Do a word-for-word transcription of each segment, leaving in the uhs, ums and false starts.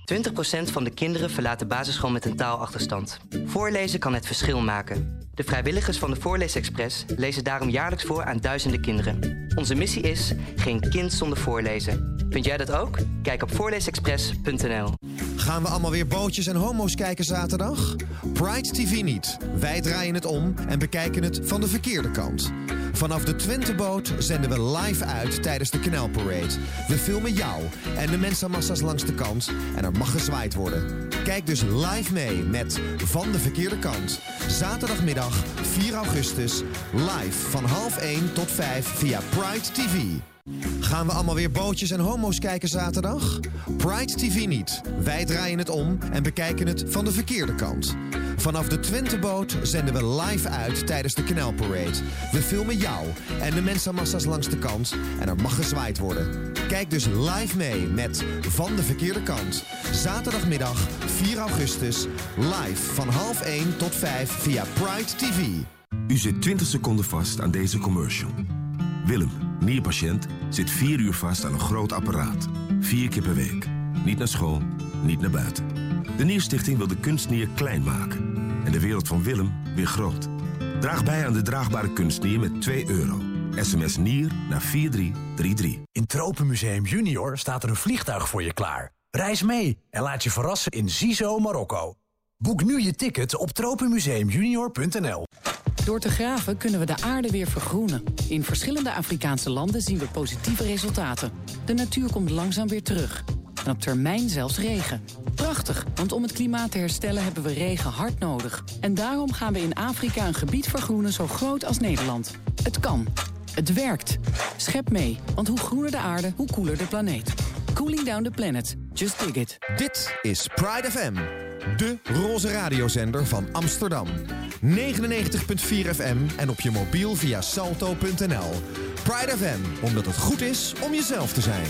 twintig procent van de kinderen verlaat de basisschool met een taalachterstand. Voorlezen kan het verschil maken. De vrijwilligers van de Voorleesexpress lezen daarom jaarlijks voor aan duizenden kinderen. Onze missie is geen kind zonder voorlezen. Vind jij dat ook? Kijk op voorleesexpress punt n l. Gaan we allemaal weer bootjes en homo's kijken zaterdag? Pride T V niet. Wij draaien het om en bekijken het van de verkeerde kant. Vanaf de Twenteboot zenden we live uit tijdens de Kanaalparade. We filmen jou en de mensenmassa's langs de kant en er mag gezwaaid worden. Kijk dus live mee met Van de Verkeerde Kant. Zaterdagmiddag vier augustus, live van half één tot vijf via Pride T V. Gaan we allemaal weer bootjes en homo's kijken zaterdag? Pride T V niet. Wij draaien het om en bekijken het van de verkeerde kant. Vanaf de Twenteboot zenden we live uit tijdens de Kanaalparade. We filmen jou en de mensenmassa's langs de kant en er mag gezwaaid worden. Kijk dus live mee met Van de Verkeerde Kant. Zaterdagmiddag vier augustus, live van half één tot vijf via Pride T V. U zit twintig seconden vast aan deze commercial. Willem, nierpatiënt, zit vier uur vast aan een groot apparaat. Vier keer per week. Niet naar school, niet naar buiten. De Nierstichting wil de kunstnier klein maken. En de wereld van Willem weer groot. Draag bij aan de draagbare kunstnier met twee euro. S M S NIER naar vier drie drie drie. In Tropenmuseum Junior staat er een vliegtuig voor je klaar. Reis mee en laat je verrassen in Zizo, Marokko. Boek nu je ticket op tropenmuseumjunior punt n l. Door te graven kunnen we de aarde weer vergroenen. In verschillende Afrikaanse landen zien we positieve resultaten. De natuur komt langzaam weer terug. En op termijn zelfs regen. Prachtig, want om het klimaat te herstellen hebben we regen hard nodig. En daarom gaan we in Afrika een gebied vergroenen zo groot als Nederland. Het kan. Het werkt. Schep mee, want hoe groener de aarde, hoe koeler de planeet. Cooling down the planet. Just dig it. Dit is Pride F M, de roze radiozender van Amsterdam. negenennegentig komma vier F M en op je mobiel via salto punt n l. Pride F M, omdat het goed is om jezelf te zijn.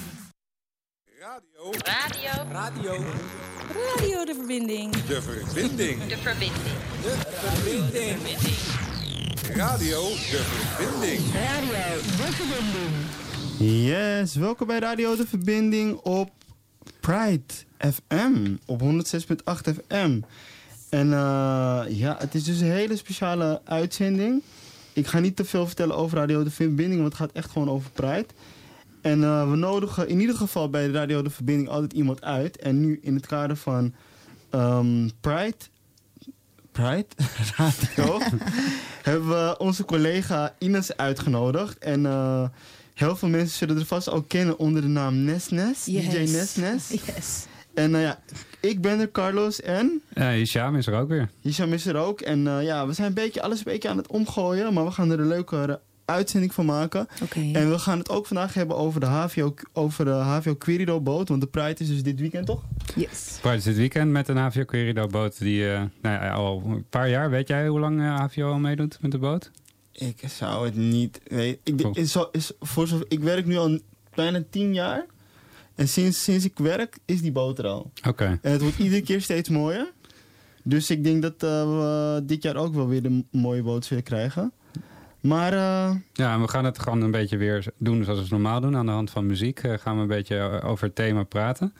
Radio. Radio. Radio. Radio de verbinding. De verbinding. De verbinding. De verbinding. Radio de verbinding. Radio de verbinding. Yes, welkom bij Radio de Verbinding op Pride F M op honderdzes komma acht F M. En uh, ja, het is dus een hele speciale uitzending. Ik ga niet te veel vertellen over Radio de Verbinding, want het gaat echt gewoon over Pride. En uh, we nodigen in ieder geval bij de Radio de Verbinding altijd iemand uit. En nu in het kader van um, Pride, Pride Radio, hebben we onze collega Ines uitgenodigd. En uh, heel veel mensen zullen er vast ook kennen onder de naam Nesnes, Yes. D J Nesnes. Yes. En uh, ja, ik ben er, Carlos en... Ja, Hisham is er ook weer. Hisham is er ook. En uh, ja, we zijn een beetje, alles een beetje aan het omgooien. Maar we gaan er een leuke uitzending van maken. Okay. En we gaan het ook vandaag hebben over de H V O, over de H V O Querido-boot. Want de Pride is dus dit weekend, toch? Yes. Pride is dit weekend met een H V O Querido-boot die uh, nou ja, al een paar jaar... Weet jij hoe lang uh, H V O al meedoet met de boot? Ik zou het niet weten. Ik, de, is, is, voor zo, ik werk nu al bijna tien jaar. En sinds, sinds ik werk is die boot er al. Oké. Okay. En het wordt iedere keer steeds mooier. Dus ik denk dat uh, we dit jaar ook wel weer de mooie boot zullen krijgen. Maar... Uh... Ja, we gaan het gewoon een beetje weer doen zoals we het normaal doen. Aan de hand van muziek uh, gaan we een beetje over het thema praten.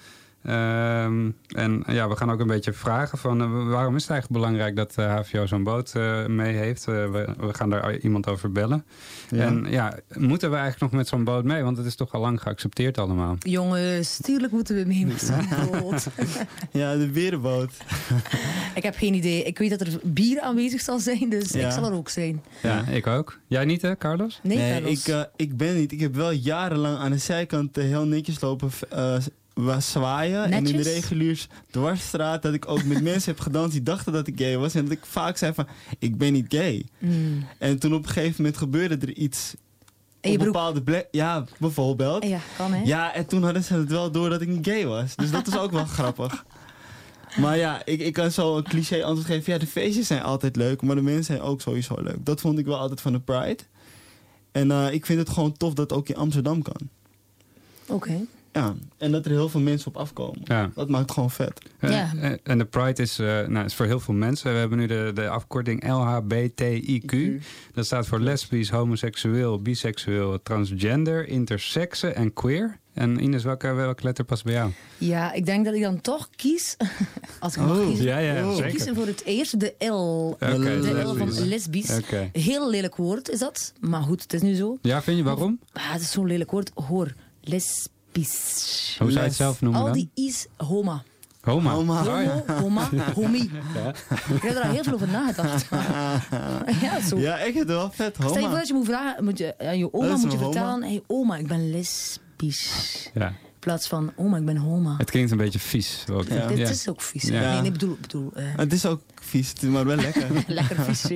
Um, en ja, we gaan ook een beetje vragen van uh, waarom is het eigenlijk belangrijk dat uh, H V O zo'n boot uh, mee heeft. Uh, we, we gaan daar iemand over bellen. Ja. En ja, moeten we eigenlijk nog met zo'n boot mee? Want het is toch al lang geaccepteerd allemaal. Jongens, tuurlijk moeten we mee met zo'n boot. Ja, de berenboot. Ik heb geen idee. Ik weet dat er bier aanwezig zal zijn, dus ja. Ik zal er ook zijn. Ja, ik ook. Jij niet hè, Carlos? Nee, nee Carlos. Ik, uh, ik ben niet. Ik heb wel jarenlang aan de zijkant uh, heel netjes lopen... Uh, was zwaaien. Netjes? En in de reguliers dwarsstraat dat ik ook met mensen heb gedanst die dachten dat ik gay was. En dat ik vaak zei van, ik ben niet gay. Mm. En toen op een gegeven moment gebeurde er iets op bepaalde plek. Ja, bijvoorbeeld. Ja, kan hè? Ja, en toen hadden ze het wel door dat ik niet gay was. Dus dat is ook wel grappig. Maar ja, ik, ik kan zo een cliché antwoord geven. Ja, de feestjes zijn altijd leuk, maar de mensen zijn ook sowieso leuk. Dat vond ik wel altijd van de Pride. En uh, ik vind het gewoon tof dat het ook in Amsterdam kan. Oké. Okay. Ja, en dat er heel veel mensen op afkomen. Ja. Dat maakt het gewoon vet. Ja. Uh, en de Pride is, uh, nou, is voor heel veel mensen. We hebben nu de, de afkorting L H B T I Q. Dat staat voor lesbisch, homoseksueel, biseksueel, transgender, intersexe en queer. En Ines, welke, welke letter past bij jou? Ja, ik denk dat ik dan toch kies... Als ik mag Oh, kiezen. ja, ja, ik zeker. kies voor het eerst de L. Oké, de L lesbisch. van lesbisch. Oké. Heel lelijk woord is dat. Maar goed, het is nu zo. Ja, vind je waarom? Ah, het is zo'n lelijk woord. Hoor, lesbisch. Hoe zou je het zelf noemen Al dan? die is homa. Homa. Homa. Oh, ja. Homo, homa, homie. Ja. Ik heb er al heel veel over nagedacht. ja, zo. Ja, ik heb het wel vet. Stel je voor Homa. dat je moet vragen, moet je, aan je oma Dat is moet je een homa. vertellen, hey oma, ik ben lesbisch. Ja. In plaats van, oma, ik ben homa. Het klinkt een beetje vies. Ook. Ja. Dit Ja. is ook vies. Ja. Nee, nee, ik bedoel, bedoel eh, Het is ook vies, het is maar wel lekker. lekker vies.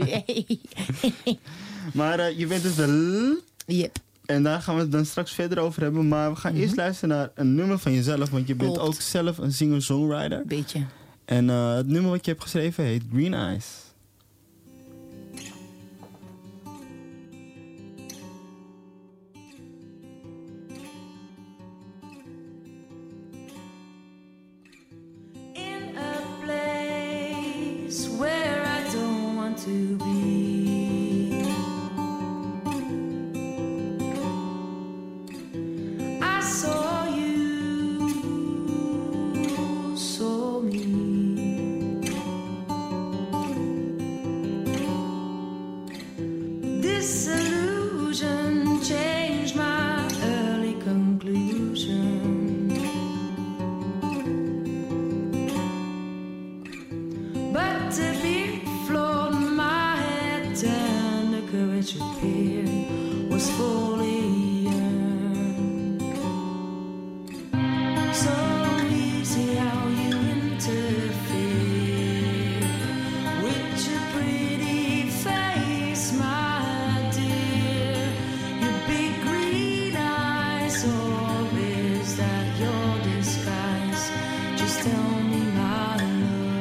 Maar uh, je bent dus de L. Yep. En daar gaan we het dan straks verder over hebben. Maar we gaan Mhm. eerst luisteren naar een nummer van jezelf. Want je bent Klopt. ook zelf een singer-songwriter. Beetje. En uh, het nummer wat je hebt geschreven heet Green Eyes. In a place where I don't want to be, I saw you, saw me. This illusion changed my early conclusion. But to be flawed, my head turned, the courage appeared was fully earned. So easy how you interfere with your pretty face, my dear. Your big green eyes, or is that your disguise? Just tell me, my love.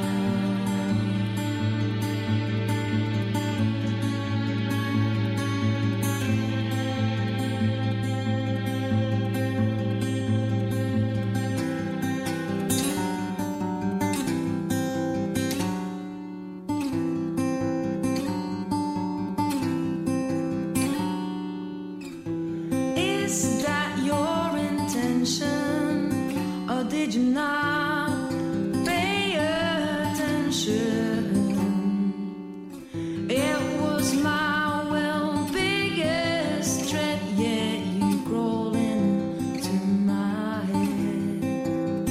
Is that your intention, or did you not pay attention? It was my well biggest threat, yet you crawl into my head.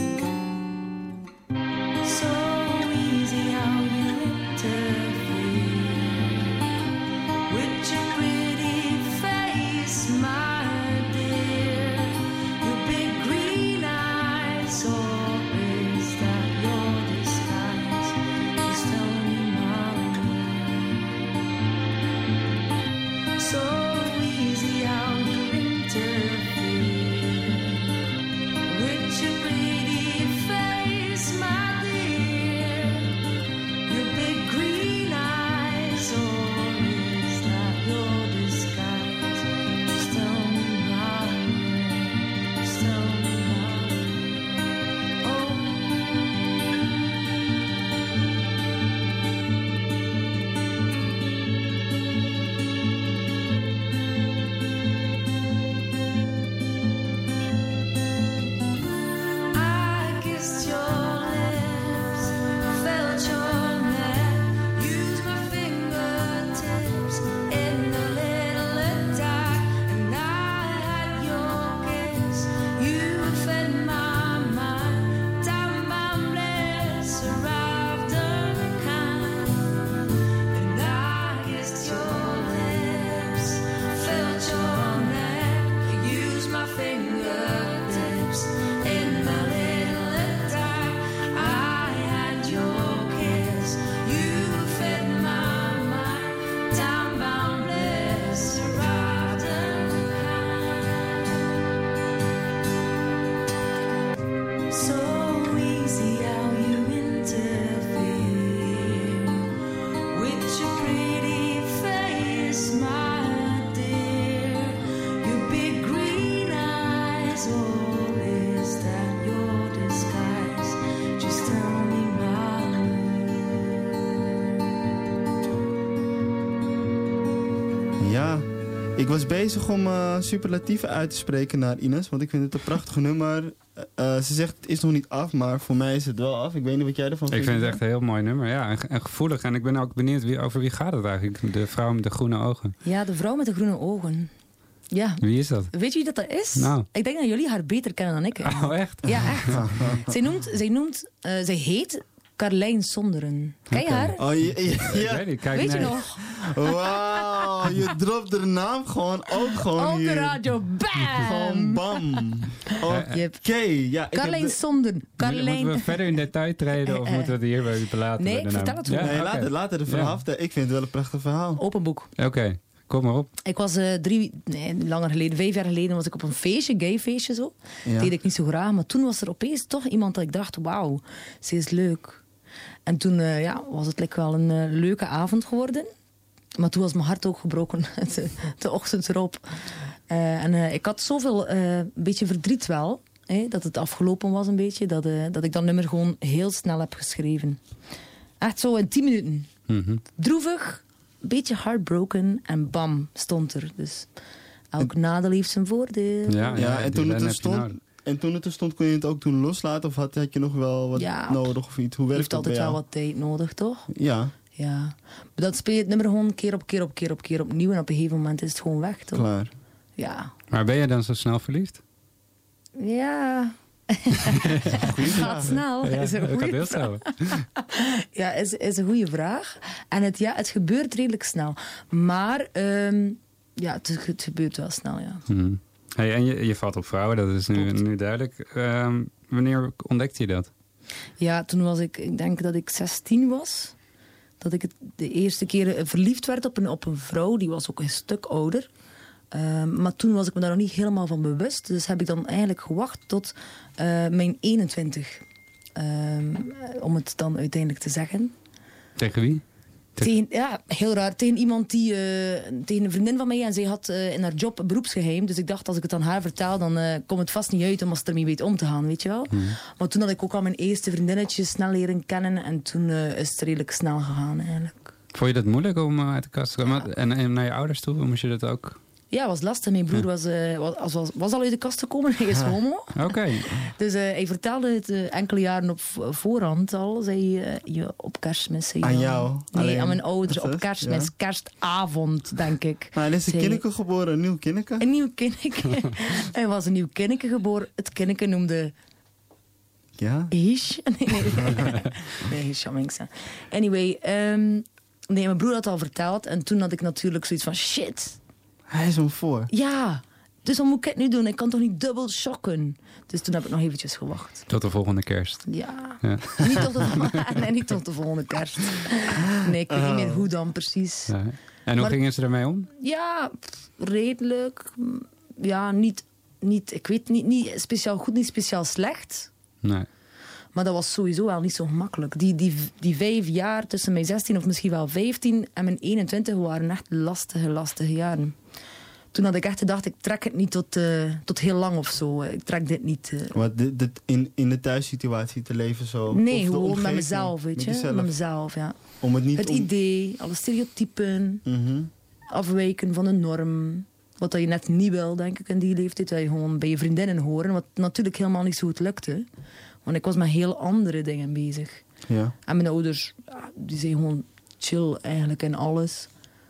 So easy how you interfere with your pretty face, my dear. Your big green eyes, or is that your disguise? Just tell Ik was bezig om uh, superlatieven uit te spreken naar Ines, want ik vind het een prachtig nummer. Uh, ze zegt het is nog niet af, maar voor mij is het wel af. Ik weet niet wat jij ervan vindt. Ik vind het echt een heel mooi nummer, ja, en, en gevoelig. En ik ben ook benieuwd wie, over wie gaat het eigenlijk? De vrouw met de groene ogen. Ja, de vrouw met de groene ogen. Ja. Wie is dat? Weet je wie dat, dat is? Nou. Ik denk dat jullie haar beter kennen dan ik. Eigenlijk. Oh, echt? Ja, echt. zij noemt, zij noemt, uh, zij heet Carlijn Sonderen. Ken je okay. haar? Oh, ja, ja, ja. Weet, ik, kijk, weet nee. je nog? Wauw, je dropt de naam gewoon ook gewoon op hier. de radio, bam! Gewoon bam. Oké, okay, ja. Carlijn de... Sonderen. Carlijn... Moeten we verder in detail treden of moeten we het hier bij laten? Nee, vertel het ja? gewoon. Nee, okay. laat, laat het verhaal ja. Ik vind het wel een prachtig verhaal. Open boek. Oké. Okay. Kom maar op. Ik was uh, drie, nee, langer geleden, vijf jaar geleden was ik op een feestje, gay feestje zo. Ja. Dat deed ik niet zo graag, maar toen was er opeens toch iemand dat ik dacht, wauw, ze is leuk. En toen uh, ja, was het like wel een uh, leuke avond geworden. Maar toen was mijn hart ook gebroken, de, de ochtend erop. Uh, en uh, ik had zoveel, uh, een beetje verdriet wel, hè, dat het afgelopen was een beetje, dat, uh, dat ik dat nummer gewoon heel snel heb geschreven. Echt zo in tien minuten. Mm-hmm. Droevig, beetje heartbroken en bam, stond er. Dus elk nadeel heeft zijn voordeel. Ja, ja, ja en, toen het er stond, stond, en toen het er stond, kon je het ook toen loslaten? Of had, had je nog wel wat ja, nodig of iets? Hoe werkt heeft altijd wel wat tijd nodig, toch? Ja. Ja. Maar dat speel je het nummer gewoon keer op keer op keer op keer opnieuw. En op een gegeven moment is het gewoon weg, toch? Klaar. Ja. Maar ben je dan zo snel verliefd? Ja... Het gaat snel. Ja, is een het gaat heel vraag. snel. Ja, is, is een goede vraag. En het, ja, het gebeurt redelijk snel. Maar um, ja, het, het gebeurt wel snel, ja. Hmm. Hey, en je, je valt op vrouwen, dat is nu, nu duidelijk. Um, wanneer ontdekte je dat? Ja, toen was ik, ik denk dat ik zestien was. Dat ik het de eerste keer verliefd werd op een, op een vrouw. Die was ook een stuk ouder. Um, maar toen was ik me daar nog niet helemaal van bewust. Dus heb ik dan eigenlijk gewacht tot uh, mijn eenentwintig. Um, om het dan uiteindelijk te zeggen. Tegen wie? Tegen, ja, heel raar. Tegen iemand die... Uh, tegen een vriendin van mij. En zij had uh, in haar job een beroepsgeheim. Dus ik dacht, als ik het aan haar vertel, dan uh, komt het vast niet uit om als het ermee weet om te gaan, weet je wel. Hmm. Maar toen had ik ook al mijn eerste vriendinnetje snel leren kennen. En toen uh, is het redelijk snel gegaan, eigenlijk. Vond je dat moeilijk om uh, uit de kast te komen? Ja. En, en naar je ouders toe, moest je dat ook... Ja, was lastig. Mijn broer was, uh, was, was, was al uit de kast gekomen. Hij is homo. Oké. Okay. Dus uh, hij vertelde het uh, enkele jaren op voorhand al. Zei uh, je op kerstmis. Zei aan dan. jou? Nee, alleen, aan mijn ouders op kerstmis. Ja. Kerstavond, denk ik. Maar er is een kindeke geboren, een nieuw kindeke? Een nieuw kindeke. Er was een nieuw kindeke geboren. Het kindeke noemde... Ja? Hish. Nee, nee. nee Hisham. Anyway, um, nee, mijn broer had al verteld. En toen had ik natuurlijk zoiets van, shit... Hij is hem voor. Ja, dus wat moet ik het nu doen? Ik kan toch niet dubbel shocken? Dus toen heb ik nog eventjes gewacht. Tot de volgende kerst. Ja, ja. Niet, tot de, nee, niet tot de volgende kerst. Nee, ik weet oh. niet meer hoe dan precies. Ja. En hoe maar, gingen ze ermee om? Ja, redelijk. Ja, niet, niet ik weet niet, niet speciaal goed, niet speciaal slecht. Nee. Maar dat was sowieso wel niet zo gemakkelijk. Die, die, die vijf jaar tussen mijn zestien of misschien wel vijftien en mijn eenentwintig waren echt lastige, lastige jaren. Toen had ik echt gedacht, ik trek het niet tot, uh, tot heel lang of zo. Ik trek dit niet... Uh... Wat, dit, dit in, in de thuissituatie te leven zo? Nee, gewoon met mezelf, weet je. Met, met mezelf, ja. Om het niet het om... idee, alle stereotypen, mm-hmm. afwijken van de norm. Wat dat je net niet wil, denk ik, in die leeftijd. Dat je gewoon bij je vriendinnen horen. Wat natuurlijk helemaal niet zo goed lukte. Want ik was met heel andere dingen bezig. Ja. En mijn ouders, die zijn gewoon chill eigenlijk in alles.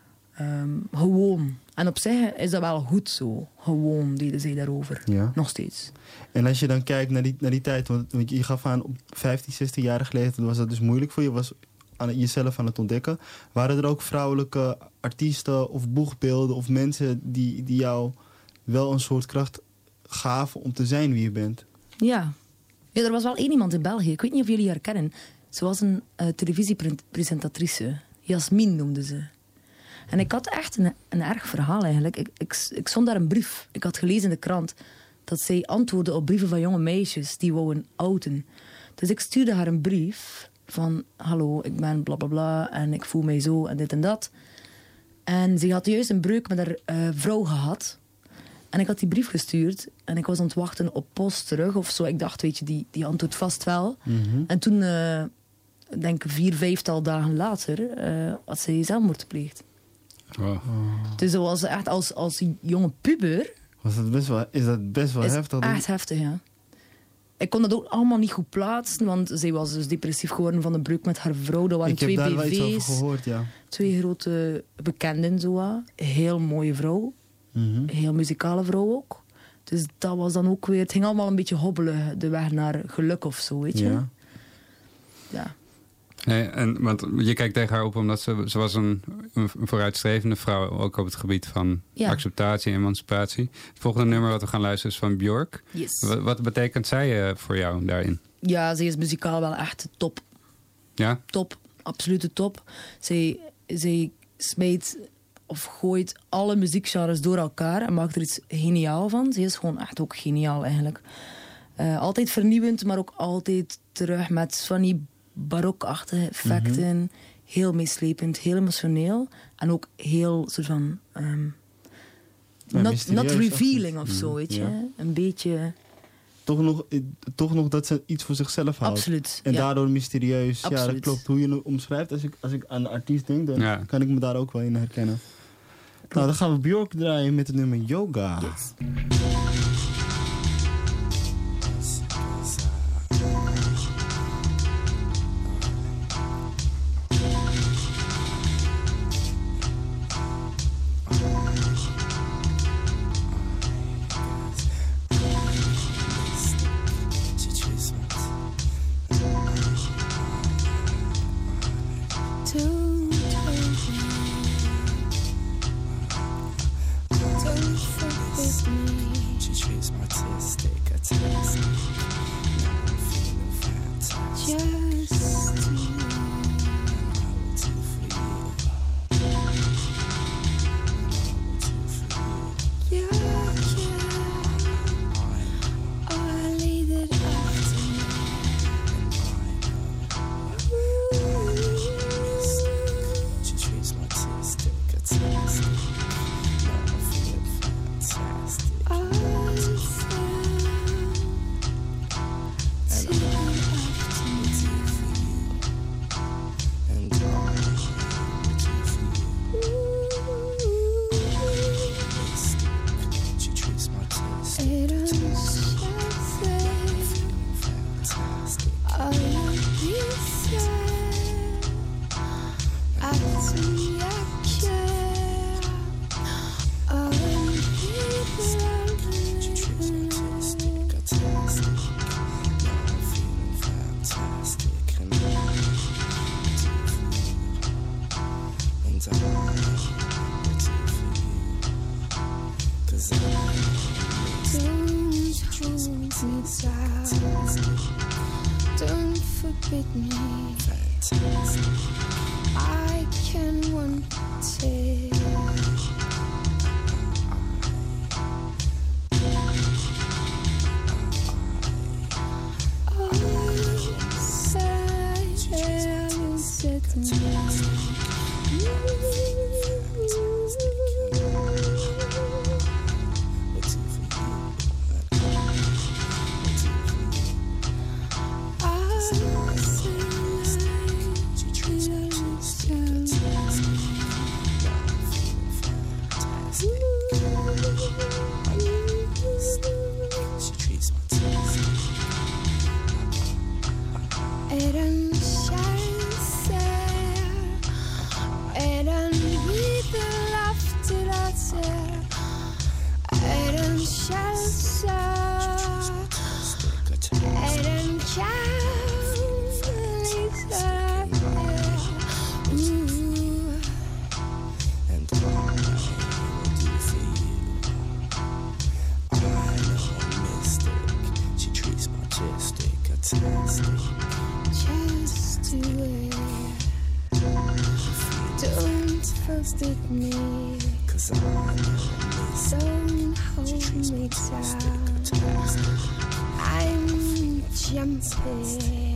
Um, gewoon. En op zich is dat wel goed zo. Gewoon deden zij daarover. Ja. Nog steeds. En als je dan kijkt naar die, naar die tijd, want, want je gaf aan op vijftien, zestien-jarige leeftijd was dat dus moeilijk voor je. Je was aan, jezelf aan het ontdekken. Waren er ook vrouwelijke artiesten of boegbeelden of mensen die, die jou wel een soort kracht gaven om te zijn wie je bent? Ja. Ja, er was wel één iemand in België. Ik weet niet of jullie haar kennen. Ze was een uh, televisiepresentatrice. Jasmin noemde ze. En ik had echt een, een erg verhaal eigenlijk. Ik, ik, ik stond daar een brief. Ik had gelezen in de krant dat zij antwoordde op brieven van jonge meisjes die wouden outen. Dus ik stuurde haar een brief van hallo, ik ben bla bla bla en ik voel mij zo en dit en dat. En ze had juist een breuk met haar uh, vrouw gehad. En ik had die brief gestuurd en ik was aan het wachten op post terug of zo. Ik dacht, weet je, die, die antwoordt vast wel. Mm-hmm. En toen, uh, denk ik vier, vijftal dagen later, uh, had zij zelfmoord gepleegd. Oh. Dus dat was echt als, als jonge puber... Was dat best wel, is dat best wel is heftig? echt heftig, ja. Ik kon dat ook allemaal niet goed plaatsen, want zij was dus depressief geworden van de breuk met haar vrouw. Dat waren Ik heb twee daar wel iets over B V's. gehoord, ja. Twee grote bekenden, zo. Wat. Heel mooie vrouw. Mhm. Heel muzikale vrouw ook. Dus dat was dan ook weer... Het ging allemaal een beetje hobbelen, de weg naar geluk of zo, weet je. Ja. Ja. Nee, en, want je kijkt tegen haar op omdat ze, ze was een, een vooruitstrevende vrouw, ook op het gebied van Ja. acceptatie en emancipatie. Het volgende nummer wat we gaan luisteren is van Björk. Yes. Wat, wat betekent zij uh, voor jou daarin? Ja, ze is muzikaal wel echt top. Ja? Top, absolute top. Zij, zij smijt of gooit alle muziekgenres door elkaar en maakt er iets geniaal van. Ze is gewoon echt ook geniaal eigenlijk. Uh, altijd vernieuwend, maar ook altijd terug met van die barokachtige effecten. Mm-hmm. Heel meeslepend, heel emotioneel. En ook heel soort van... Um, ja, not, not revealing of zo, mm, weet je. ja. Een beetje... Toch nog, toch nog dat ze iets voor zichzelf houdt. Absoluut. En ja. daardoor mysterieus. Absoluut. Ja, dat klopt. Hoe je het omschrijft. Als ik, als ik aan de artiest denk, dan ja. kan ik me daar ook wel in herkennen. Klopt. Nou, dan gaan we Björk draaien met het nummer Yoga. Yes. Don't forbid me. I can want it. Oh, silence at me. Forbid me, cause I don't hold me down. I'm jumping.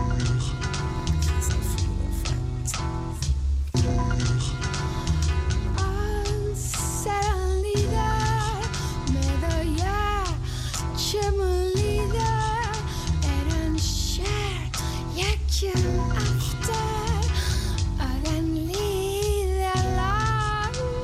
I'll suddenly there, maybe yeah, chimney there, and I'm sure you can after, and then leave.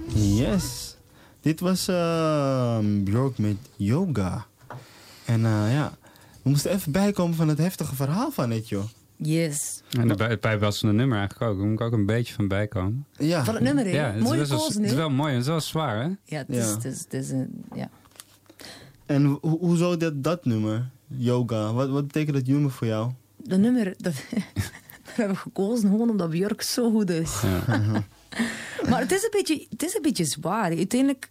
Yes. Dit was uh, Björk met Yoga. En uh, ja, we moesten even bijkomen van het heftige verhaal van het, joh. Yes. En de, het bijpassende nummer eigenlijk ook. Daar moet ik ook een beetje van bijkomen. Ja. Van het nummer, hè? Ja, het Mooie is, wel, koos, het is nu. wel mooi en het is wel zwaar, hè? Ja, het is, Ja. het is, het is een... Ja. En ho- hoezo dat, dat nummer? Yoga. Wat, wat betekent dat nummer voor jou? Dat nummer, dat, dat hebben we gekozen gewoon omdat Björk zo goed is. Ja. Maar het is een beetje, het is een beetje zwaar. Uiteindelijk,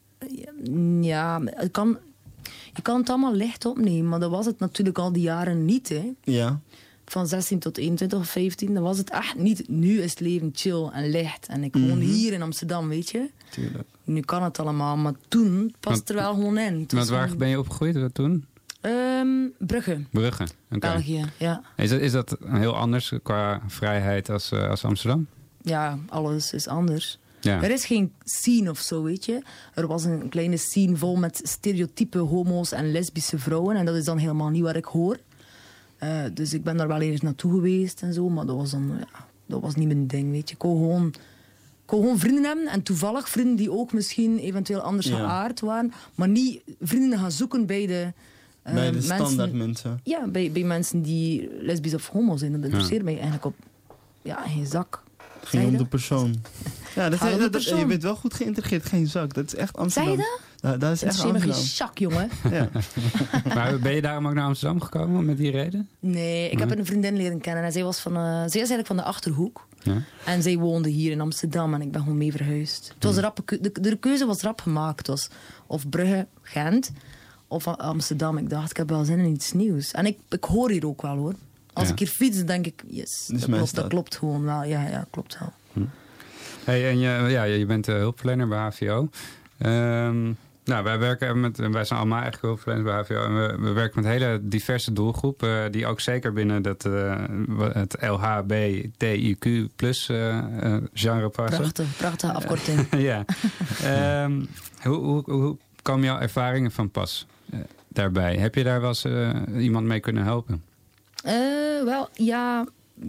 ja, het kan, je kan het allemaal licht opnemen, maar dat was het natuurlijk al die jaren niet, hè. Ja. Van zestien tot eenentwintig of vijftien, dat was het echt niet. Nu is het leven chill en licht. En ik woon Mhm. hier in Amsterdam, weet je. Tuurlijk. Nu kan het allemaal, maar toen past Want- er wel gewoon in. Het was Want waar gewoon- ben je opgegroeid wat toen? Ehm, Brugge, Brugge. Oké. België, ja. Is dat, is dat heel anders qua vrijheid als, uh, als Amsterdam? Ja, alles is anders. Ja. Er is geen scene of zo, weet je. Er was een kleine scene vol met stereotype homo's en lesbische vrouwen. En dat is dan helemaal niet wat ik hoor. Uh, dus ik ben daar wel eens naartoe geweest en zo. Maar dat was, dan, ja, dat was niet mijn ding, weet je. Ik wou gewoon, ik wou gewoon vrienden hebben. En toevallig vrienden die ook misschien eventueel anders Ja. geaard waren. Maar niet vrienden gaan zoeken bij de... uh, Bij de mensen- standaard mensen. Ja, bij, bij mensen die lesbisch of homo zijn. Dat interesseert mij eigenlijk op... Ja, geen zak. Het Zei ging je om de persoon. Ja, dat, Gaat om de dat- dat- persoon. je bent wel goed geïntegreerd. Geen zak. Dat is echt Zei Amsterdam. je dat? Ja, dat is echt Interesseert me geen Amsterdam. zak, jongen. Ja. Maar ben je daarom ook naar Amsterdam gekomen met die reden? Nee, ik heb een vriendin leren kennen en zij was van, uh, zij is eigenlijk van de Achterhoek. Ja. En zij woonde hier in Amsterdam en ik ben gewoon mee verhuisd. Het was een rappe keu- de, de keuze was rap gemaakt. Het was of Brugge, Gent of Amsterdam. Ik dacht, ik heb wel zin in iets nieuws. En ik, ik hoor hier ook wel, hoor. Als Ja. ik hier fiets, dan denk ik, yes, Dit is dat mijn klopt, stad. dat klopt gewoon wel. Ja, ja, klopt wel. Hey, en je, ja, je bent uh, hulpverlener bij H V O. Ehm, nou, wij werken met, wij zijn allemaal eigenlijk hulpverleners bij H V O. En we, we werken met een hele diverse doelgroep. Uh, die ook zeker binnen dat, uh, het L H B T I Q plus uh, uh, genre passen. Prachtig, prachtige afkorting. Ja. um, hoe, hoe, hoe komen jouw ervaringen van pas uh, daarbij? Heb je daar wel eens uh, iemand mee kunnen helpen? Uh, wel, ja,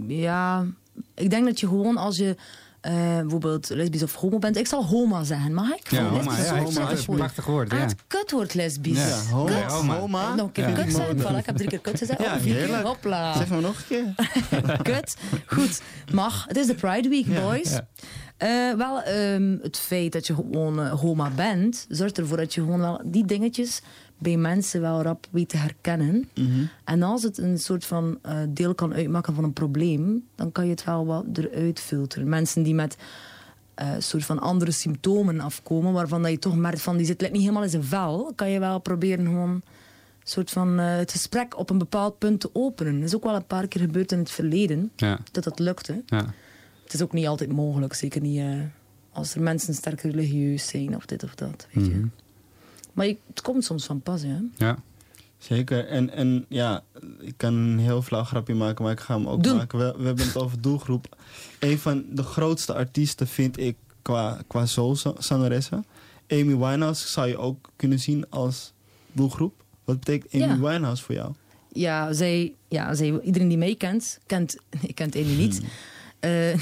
ja. Ik denk dat je gewoon als je uh, bijvoorbeeld lesbisch of homo bent. Ik zal homa zeggen, mag ik? Ja, Van homa. lesbisch Ja, of ik homo zeg het is een prachtig woord. Ah, Ja. het kutwoord lesbisch. Ja. Ja, homa. Kut. Homa. Nog een keer Ja. kut zeggen. Voilà, ik heb drie keer kut gezegd. Ja, Oh, vier keer. heerlijk. Hopla. Zeg maar nog een keer. Kut. Goed, mag. Het is de Pride Week, Ja, boys. ja. Uh, wel, um, het feit dat je gewoon uh, homa bent, zorgt ervoor dat je gewoon wel die dingetjes bij mensen wel rap weet te herkennen. Mhm. En als het een soort van uh, deel kan uitmaken van een probleem, dan kan je het wel wat eruit filteren. Mensen die met een uh, soort van andere symptomen afkomen, waarvan dat je toch merkt van die zit like, niet helemaal in zijn vel, kan je wel proberen gewoon een soort van uh, het gesprek op een bepaald punt te openen. Dat is ook wel een paar keer gebeurd in het verleden, Ja. dat dat lukte. Ja. Het is ook niet altijd mogelijk, zeker niet uh, als er mensen sterk religieus zijn of dit of dat, weet je. Mm-hmm. Maar je, het komt soms van pas, hè. Ja. Zeker. En, en ja, ik kan een heel flauw grapje maken, maar ik ga hem ook Doe. maken. We, we hebben het over doelgroep. Een van de grootste artiesten vind ik qua, qua soulzangeressen. Amy Winehouse zou je ook kunnen zien als doelgroep. Wat betekent Amy Ja. Winehouse voor jou? Ja, zij, ja zij, iedereen die mij kent, kent, ik kent Amy niet. Uh,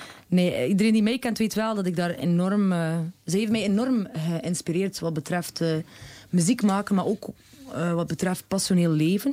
nee, iedereen die mij kent weet wel dat ik daar enorm... Uh, ze heeft mij enorm geïnspireerd wat betreft uh, muziek maken, maar ook uh, wat betreft passioneel leven.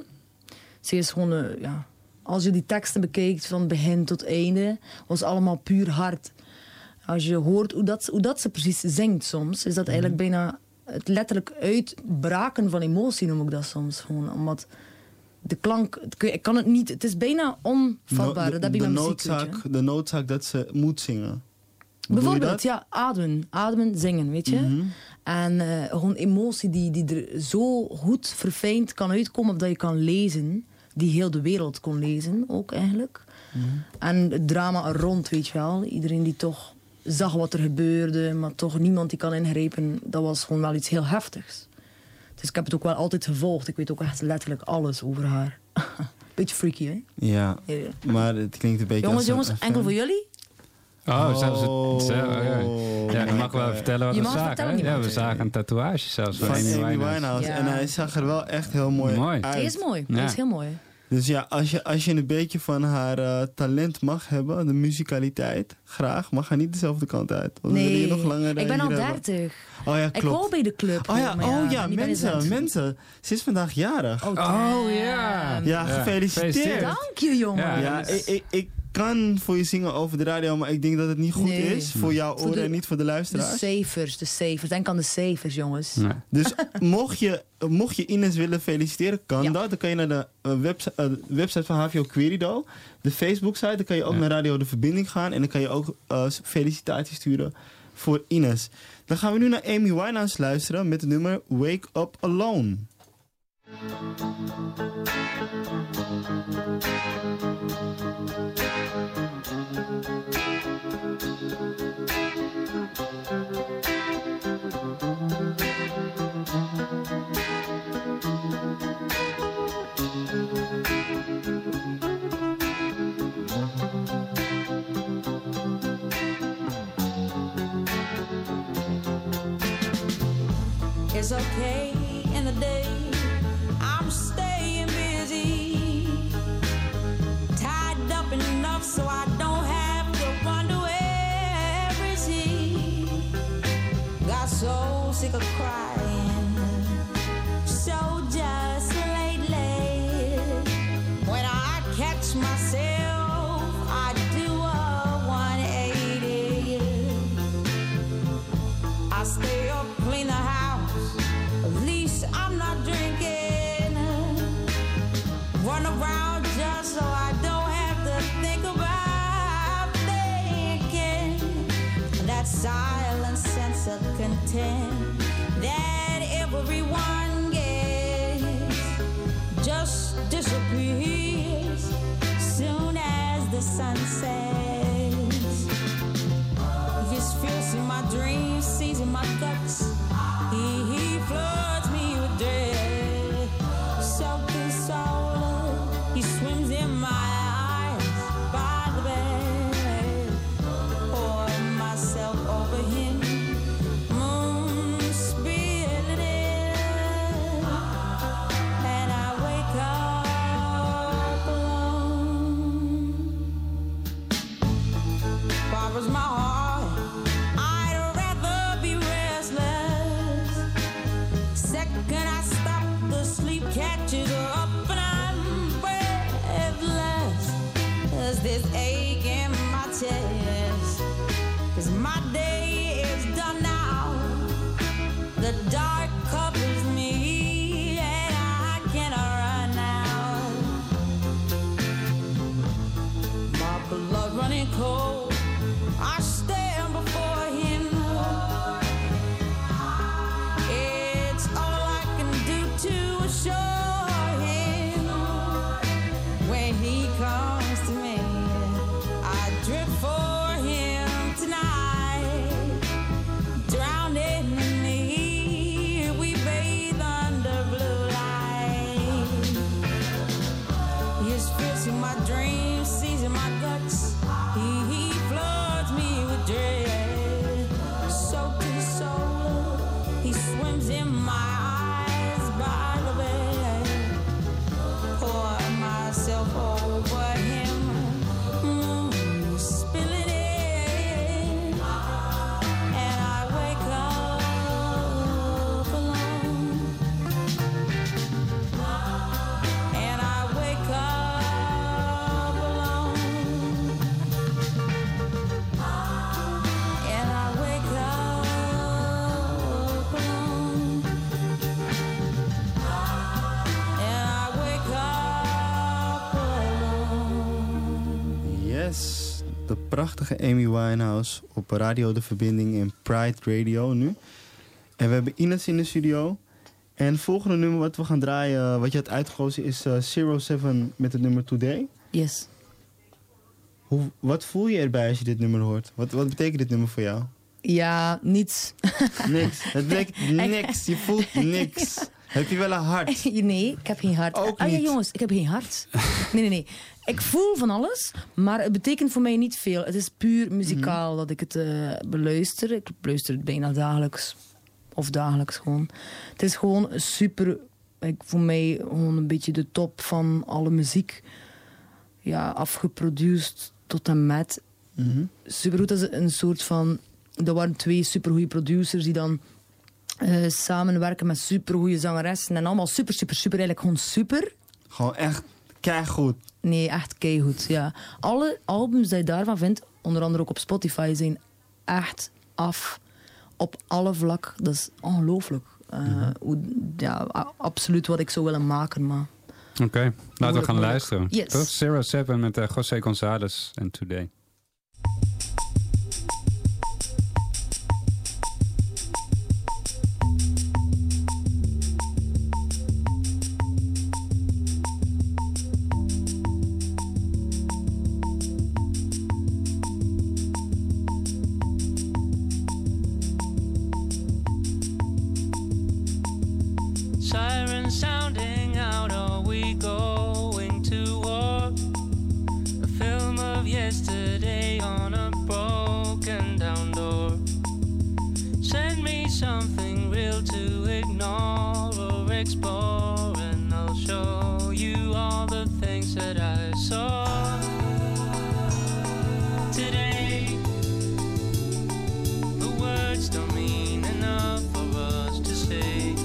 Ze is gewoon, uh, ja... Als je die teksten bekijkt van begin tot einde, was allemaal puur hart. Als je hoort hoe dat, hoe dat ze precies zingt soms, is dat eigenlijk bijna het letterlijk uitbraken van emotie, noem ik dat soms. Gewoon, omdat de klank, ik kan het niet, het is bijna onvatbaar. No- dat heb je de, met muziek, weet noodzaak, je. de noodzaak dat ze moet zingen. Bedoel je Bijvoorbeeld, dat? ja, ademen. Ademen, zingen, weet je. Mhm. En uh, gewoon emotie die, die er zo goed verfijnd kan uitkomen, of dat je kan lezen, die heel de wereld kon lezen, ook eigenlijk. Mhm. En het drama er rond, weet je wel. Iedereen die toch zag wat er gebeurde, maar toch niemand die kan ingrijpen, dat was gewoon wel iets heel heftigs. Dus ik heb het ook wel altijd gevolgd. Ik weet ook echt letterlijk alles over haar. Beetje freaky, hè? Ja, Ja. maar het klinkt een beetje Jongens, als een- jongens, een enkel fan. voor jullie? Oh, zelfs het, zelf, ja. Ja, dan mag wel Eh, vertellen wat Je we mag zagen. vertellen, hè? je Ja, mag we zagen een tatoeage zelfs van Van Amy Amy Winehouse. Winehouse. Ja. En hij zag er wel echt heel mooi, Mooi. uit. Hij is mooi. Ja. Hij is heel mooi. Dus ja, als je, als je een beetje van haar uh, talent mag hebben, de muzikaliteit, graag, mag haar niet dezelfde kant uit. Want we willen Nee, je nog langer, uh, ik ben al hier hebben. dertig. Oh ja, Ik klopt. wou bij de club. Oh ja, hoor, maar oh ja niet bij de mensen, zend. mensen. Ze is vandaag jarig. Oh, Oh, damn. ja. Ja, gefeliciteerd. Dank je, jongen. Ja, Ja, ik, ik, ik kan voor je zingen over de radio, maar ik denk dat het niet goed Nee. is voor jouw Voor oren de- en niet voor de De luisteraars. cijfers, de cijfers. Denk aan de cijfers, jongens. Nee. Dus mocht je, mocht je Ines willen feliciteren, kan Ja. dat. Dan kan je naar de uh, website, uh, website van H V O Querido, de Facebook-site. Dan kan je ook Ja. naar Radio De Verbinding gaan en dan kan je ook uh, felicitaties sturen voor Ines. Dan gaan we nu naar Amy Winehouse luisteren met het nummer Wake Up Alone. It's okay in the day, I'm staying busy, tied up enough so I don't have to wonder where is he. Got so sick of crying, so just lately. When I catch myself, I do a one eighty. I stay up, clean the house, at least I'm not drinking. Run around just so I don't have to think about thinking. That silent sense of content that everyone gets just disappears soon as the sun sets. His fears in my dreams, sees in my guts. He, he floods me with dread. Soaked in soul, he swims in my eyes by the bed. Pour myself over him, moon spilling in, and I wake up alone. Barbara's my heart, I'd rather be restless. Second I stop, the sleep catches up and I'm breathless. There's this ache in my chest, 'cause my day is done now. The dark covers me and I cannot run now. My blood running cold, I stand before him. It's all I can do to assure him. When he comes to me, I drip for him tonight. Drowned in me, we bathe under blue light. His fierce in my dreams, sees in my guts. He, he floods me with dread. Soaked in soul, he swims in my eyes by the bed. Pour myself over him, mm, spilling in, and I wake up alone. And I wake up alone. And I wake up alone. And I wake up alone. Yes, de prachtige Amy Winehouse op Radio De Verbinding in Pride Radio nu. En we hebben Ines in de studio. En het volgende nummer wat we gaan draaien, wat je had uitgekozen, is uh, Zero Seven met het nummer Today. Yes. Hoe, wat voel je erbij als je dit nummer hoort? Wat, wat betekent dit nummer voor jou? Ja, niets. Niks. Het betekent niks. Je voelt niks. Heb je wel een hart? Nee, ik heb geen hart. Ook Ah ja, niet. jongens, ik heb geen hart. Nee, nee, nee. Ik voel van alles, maar het betekent voor mij niet veel. Het is puur muzikaal Mhm. dat ik het uh, beluister. Ik beluister het bijna dagelijks. Of dagelijks gewoon. Het is gewoon super ik, voor mij gewoon een beetje de top van alle muziek. Ja, afgeproduceerd tot en met. Mm-hmm. Supergoed is een soort van... Er waren twee supergoeie producers die dan uh, samenwerken met supergoeie zangeressen. En allemaal super, super, super. Eigenlijk gewoon super. Gewoon echt keigoed. Nee, echt keigoed, ja. Alle albums die je daarvan vindt, onder andere ook op Spotify, zijn echt af op alle vlak. Dat is ongelooflijk. Uh, mm-hmm. hoe, ja, a- absoluut wat ik zou willen maken, maar... Oké, okay. Laten we gaan luisteren. Yes. Toch? Zero Seven met uh, José González en Today. Sirens sounding out, are we going to war? A film of yesterday on a broken down door. Send me something real to ignore or explore, and I'll show you all the things that I saw today. The words don't mean enough for us to say.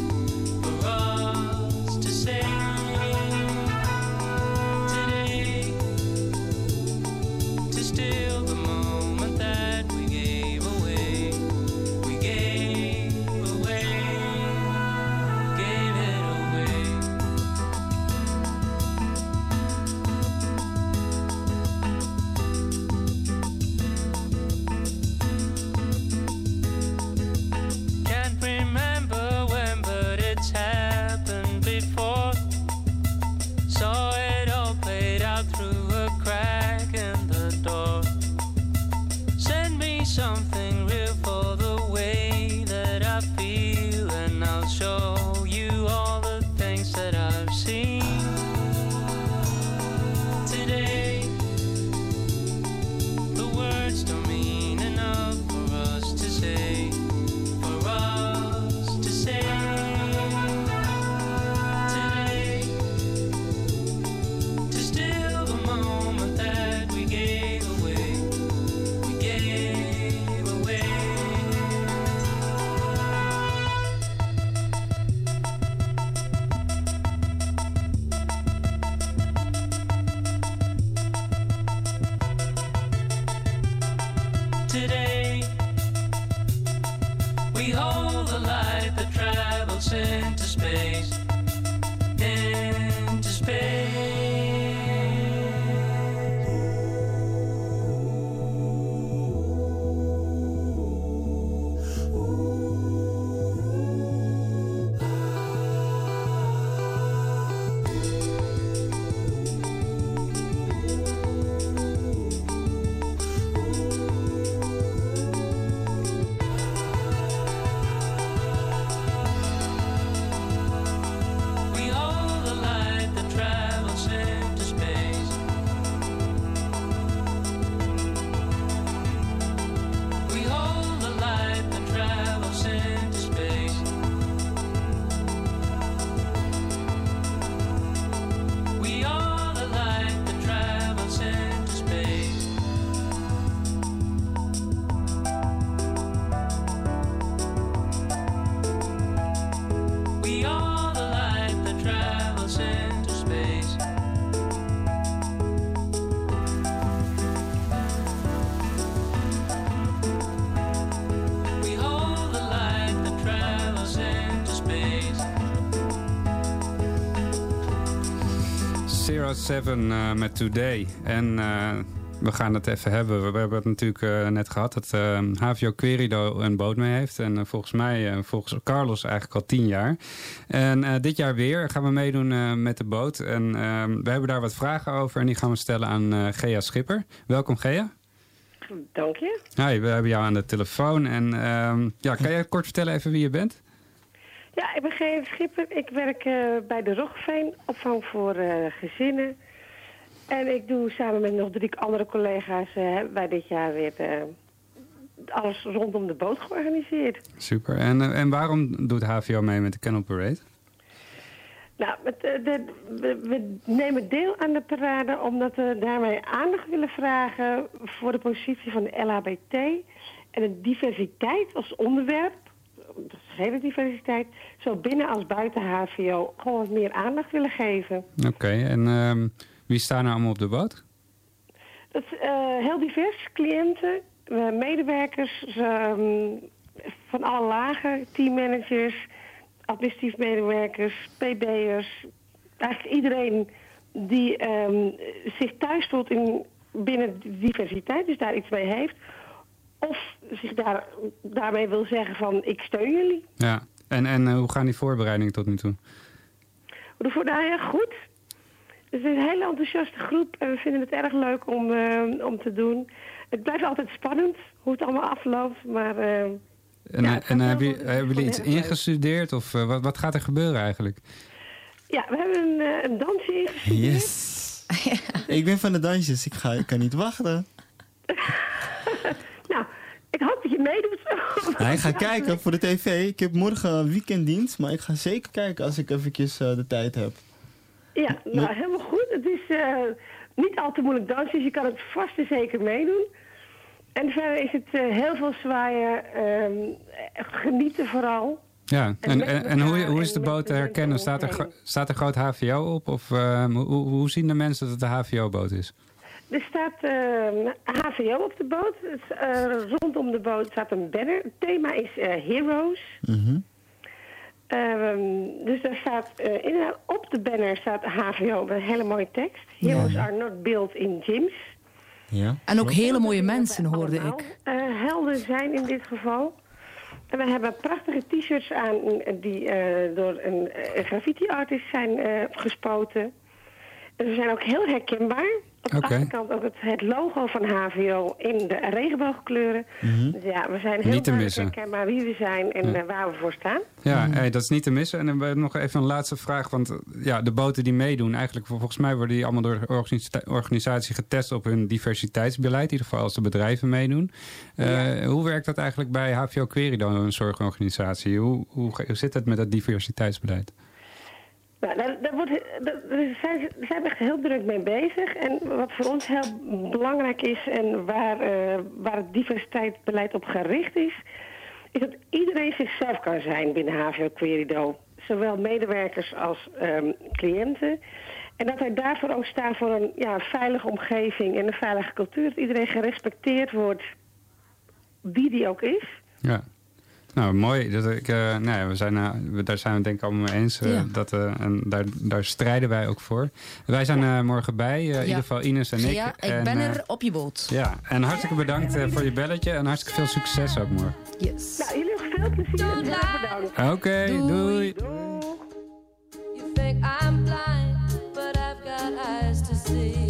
Today, we hold the light that travels into space, into space. zero seven uh, met Today. En uh, we gaan het even hebben. We hebben het natuurlijk uh, net gehad dat uh, H V O Querido een boot mee heeft. En uh, volgens mij, uh, volgens Carlos eigenlijk al tien jaar. En uh, dit jaar weer gaan we meedoen uh, met de boot. En uh, we hebben daar wat vragen over en die gaan we stellen aan uh, Gea Schipper. Welkom Gea. Dank je. Hi, we hebben jou aan de telefoon. En uh, ja, kan jij kort vertellen even wie je bent? Ja, ik ben Gea Schipper. Ik werk uh, bij de Roggeveen, opvang voor uh, gezinnen. En ik doe samen met nog drie andere collega's uh, bij dit jaar weer uh, alles rondom de boot georganiseerd. Super. En, uh, en waarom doet H V O mee met de Canal Parade? Nou, het, de, de, we, we nemen deel aan de parade omdat we daarmee aandacht willen vragen voor de positie van de L H B T en de diversiteit als onderwerp, de hele diversiteit, zo binnen als buiten H V O, gewoon wat meer aandacht willen geven. Oké, okay, en um, wie staan er allemaal op de boot? Dat is uh, heel divers, cliënten, uh, medewerkers um, van alle lagen, teammanagers, administratief medewerkers, P B'ers, eigenlijk iedereen die um, zich thuis voelt in, binnen de diversiteit, dus daar iets mee heeft, of zich daar, daarmee wil zeggen van ik steun jullie. Ja, en, en uh, hoe gaan die voorbereidingen tot nu toe? De voorbereidingen goed. Het is een hele enthousiaste groep en we vinden het erg leuk om, uh, om te doen. Het blijft altijd spannend hoe het allemaal afloopt, maar... Uh, En, ja, en heb je, hebben jullie iets ingestudeerd of uh, wat, wat gaat er gebeuren eigenlijk? Ja, we hebben een, uh, een dansje ingestudeerd. Yes! Ik ben van de dansjes, ik, ga, ik kan niet wachten. Nou, ik hoop dat je meedoet. Ja, ik ga kijken voor de tv. Ik heb morgen weekenddienst, maar ik ga zeker kijken als ik eventjes uh, de tijd heb. Ja, nou helemaal goed. Het is uh, niet al te moeilijk dansen, dus je kan het vast en zeker meedoen. En verder is het uh, heel veel zwaaien, uh, genieten vooral. Ja, en, en, en hoe, hoe is de boot te herkennen? Staat er, staat er groot H V O op? Of uh, hoe, hoe zien de mensen dat het een H V O-boot is? Er staat uh, H V O op de boot. Dus, uh, rondom de boot staat een banner. Het thema is uh, Heroes. Mm-hmm. Uh, dus daar staat uh, in, op de banner staat H V O met een hele mooie tekst. Heroes ja. are not built in gyms. Ja. En ook hele mooie mensen, hoorde ik. Uh, helden zijn in dit geval. En we hebben prachtige t-shirts aan die uh, door een, een graffiti-artist zijn uh, gespoten. En ze zijn ook heel herkenbaar. Op de okay. achterkant ook het, het logo van H V O in de regenboogkleuren. Mm-hmm. Dus ja, we zijn heel herkenbaar wie we zijn en ja. uh, waar we voor staan. Ja, mm-hmm. hey, dat is niet te missen. En dan hebben we nog even een laatste vraag. Want ja, de boten die meedoen, eigenlijk volgens mij worden die allemaal door de organisa- organisatie getest op hun diversiteitsbeleid. In ieder geval als de bedrijven meedoen. Uh, ja. Hoe werkt dat eigenlijk bij H V O Querido, een zorgorganisatie? Hoe, hoe, hoe zit het met dat diversiteitsbeleid? Nou, daar, daar, wordt, daar zijn, daar zijn we echt heel druk mee bezig. En wat voor ons heel belangrijk is en waar, uh, waar het diversiteitsbeleid op gericht is, is dat iedereen zichzelf kan zijn binnen H V O Querido. Zowel medewerkers als um, cliënten. En dat wij daarvoor ook staan voor een ja, veilige omgeving en een veilige cultuur. Dat iedereen gerespecteerd wordt, wie die ook is. Ja. Nou, mooi. Dat ik, uh, nou ja, we zijn, uh, we, daar zijn we het denk ik allemaal mee eens. Uh, ja. dat, uh, en daar, daar strijden wij ook voor. Wij zijn uh, morgen bij. Uh, ja. In ieder geval Ines en ik. Ja, ik en, ben er uh, op je boot. Ja, en hartstikke bedankt uh, voor je belletje. En hartstikke veel succes ook morgen. Yes. Nou, jullie nog veel plezier en heel bedankt. Oké, okay, doei. doei. You think I'm blind, but I've got eyes to see.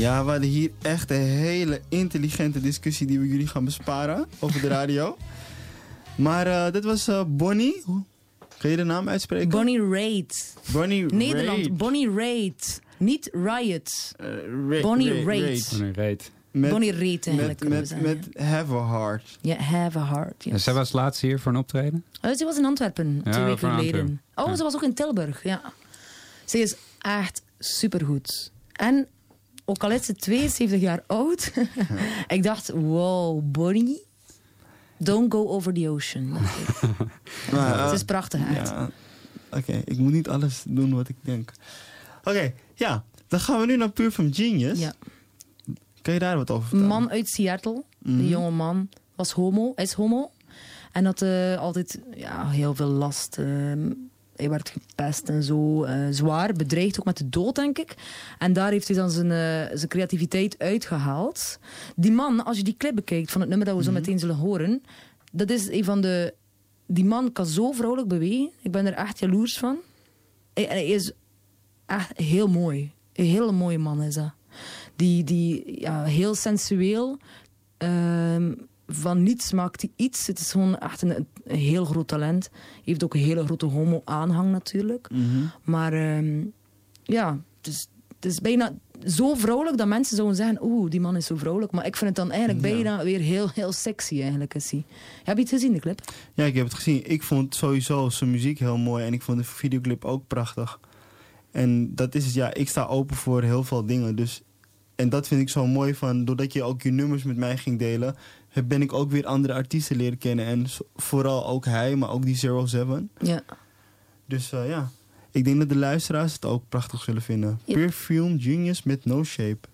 Ja, we hadden hier echt een hele intelligente discussie die we jullie gaan besparen over de radio. Maar uh, dit was uh, Bonnie. Kun je de naam uitspreken? Bonnie Raitt. Bonnie Nederland, Raitt. Bonnie Raitt. Niet Riot. Uh, Ra- Bonnie Ra- Raitt. Bonnie Raitt. Met, Bonnie Raitt eigenlijk. Met, met, kunnen we met Have a Heart. Ja, Have a Heart. Yes. En zij was laatst hier voor een optreden? Oh, ze was in Antwerpen, Ja, twee weken voor geleden. Antwerpen. Oh, Ja. ze was ook in Tilburg, ja. Ze is echt supergoed. En ook al is ze tweeënzeventig jaar oud, ik dacht, wow, Bonnie, don't go over the ocean. Maar, uh, Ze is prachtig, echt. Ja, Oké, okay, ik moet niet alles doen wat ik denk. Oké, okay, ja. Dan gaan we nu naar Pure from Genius. Ja. Kan je daar wat over Een vertellen? man uit Seattle, Mhm. een jonge man, was homo, is homo. En had uh, altijd ja, heel veel last. Uh, hij werd gepest en zo. Uh, zwaar, bedreigd ook met de dood, denk ik. En daar heeft hij dan zijn, uh, zijn creativiteit uitgehaald. Die man, als je die clip bekijkt van het nummer dat we zo Mhm. meteen zullen horen, dat is een van de... Die man kan zo vrouwelijk bewegen. Ik ben er echt jaloers van. En hij is echt heel mooi. Een hele mooie man is dat. Die, die ja, heel sensueel. Um, van niets maakt hij iets. Het is gewoon echt een, een heel groot talent. Hij heeft ook een hele grote homo-aanhang natuurlijk. Mm-hmm. Maar um, ja, het is, het is bijna zo vrouwelijk dat mensen zouden zeggen, oeh, die man is zo vrouwelijk. Maar ik vind het dan eigenlijk Ja. bijna weer heel, heel sexy eigenlijk. Is hij. Heb je het gezien, de clip? Ja, ik heb het gezien. Ik vond sowieso zijn muziek heel mooi. En ik vond de videoclip ook prachtig. En dat is het, ja, ik sta open voor heel veel dingen. Dus, en dat vind ik zo mooi van, doordat je ook je nummers met mij ging delen, ben ik ook weer andere artiesten leren kennen. En so- vooral ook hij, maar ook die Zero Seven. Ja. Dus uh, ja, ik denk dat de luisteraars het ook prachtig zullen vinden. Ja. Perfume Genius met No Shape.